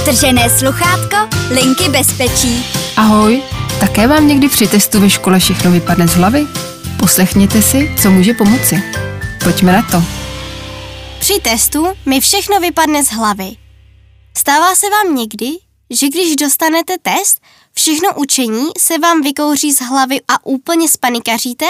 Utržené sluchátko linky bezpečí. Ahoj, také vám někdy při testu ve škole všechno vypadne z hlavy? Poslechněte si, co může pomoci. Pojďme na to. Při testu mi všechno vypadne z hlavy. Stává se vám někdy, že když dostanete test, všechno učení se vám vykouří z hlavy a úplně spanikaříte?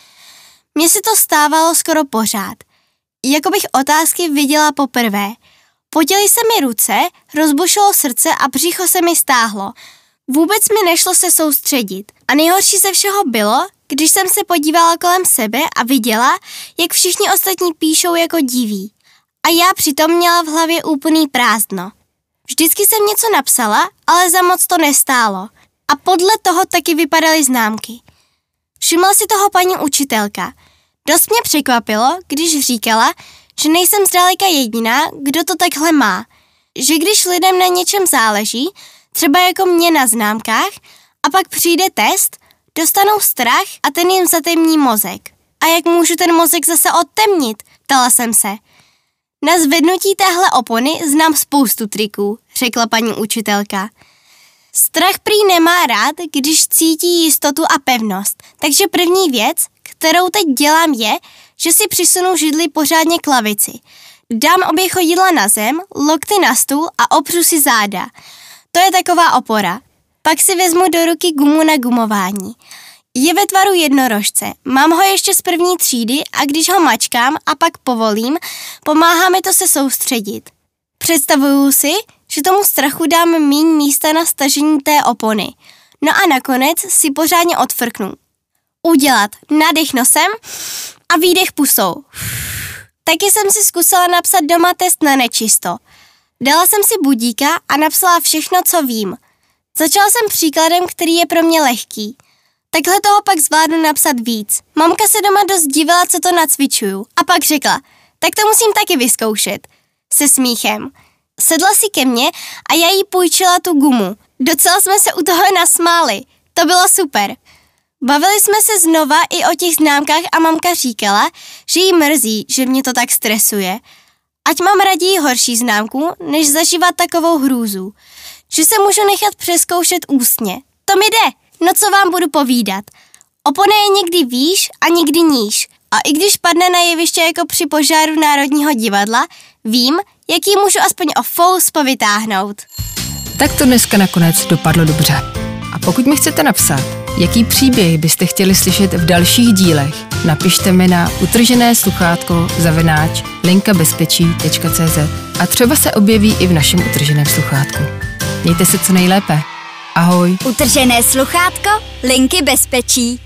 Mně se to stávalo skoro pořád. Jako bych otázky viděla poprvé. Potěly se mi ruce, rozbušilo srdce a břicho se mi stáhlo. Vůbec mi nešlo se soustředit. A nejhorší ze všeho bylo, když jsem se podívala kolem sebe a viděla, jak všichni ostatní píšou jako diví. A já přitom měla v hlavě úplný prázdno. Vždycky jsem něco napsala, ale za moc to nestálo. A podle toho taky vypadaly známky. Všimla si toho paní učitelka. Dost mě překvapilo, když říkala, že nejsem zdaleka jediná, kdo to takhle má. Že když lidem na něčem záleží, třeba jako mě na známkách, a pak přijde test, dostanou strach a ten jim zatemní mozek. A jak můžu ten mozek zase odtemnit? Ptala jsem se. Na zvednutí téhle opony znám spoustu triků, řekla paní učitelka. Strach prý nemá rád, když cítí jistotu a pevnost, takže první věc, kterou teď dělám je, že si přisunu židli pořádně k lavici. Dám obě chodidla na zem, lokty na stůl a opřu si záda. To je taková opora. Pak si vezmu do ruky gumu na gumování. Je ve tvaru jednorožce. Mám ho ještě z první třídy a když ho mačkám a pak povolím, pomáhá mi to se soustředit. Představuju si, že tomu strachu dám míň místa na stažení té opony. No a nakonec si pořádně odfrknu. Udělat nádech nosem a výdech pusou. Taky jsem si zkusila napsat doma test na nečisto. Dala jsem si budíka a napsala všechno, co vím. Začala jsem příkladem, který je pro mě lehký. Takhle toho pak zvládnu napsat víc. Mamka se doma dost divila, co to nacvičuju. A pak řekla, tak to musím taky vyzkoušet. Se smíchem. Sedla si ke mně a já jí půjčila tu gumu. Docela jsme se u toho nasmáli. To bylo super. Bavili jsme se znova i o těch známkách a mamka říkala, že jí mrzí, že mě to tak stresuje. Ať mám raději horší známku, než zažívat takovou hrůzu. Že se můžu nechat přezkoušet ústně. To mi jde. No co vám budu povídat. Opona je někdy výš a někdy níž. A i když padne na jeviště jako při požáru Národního divadla, vím, jak ji můžu aspoň o fous povytáhnout. Tak to dneska nakonec dopadlo dobře. A pokud mi chcete napsat, jaký příběh byste chtěli slyšet v dalších dílech, napište mi na utržené_linkabezpečí.cz a třeba se objeví i v našem utrženém sluchátku. Mějte se co nejlépe. Ahoj. Utržené sluchátko linky bezpečí.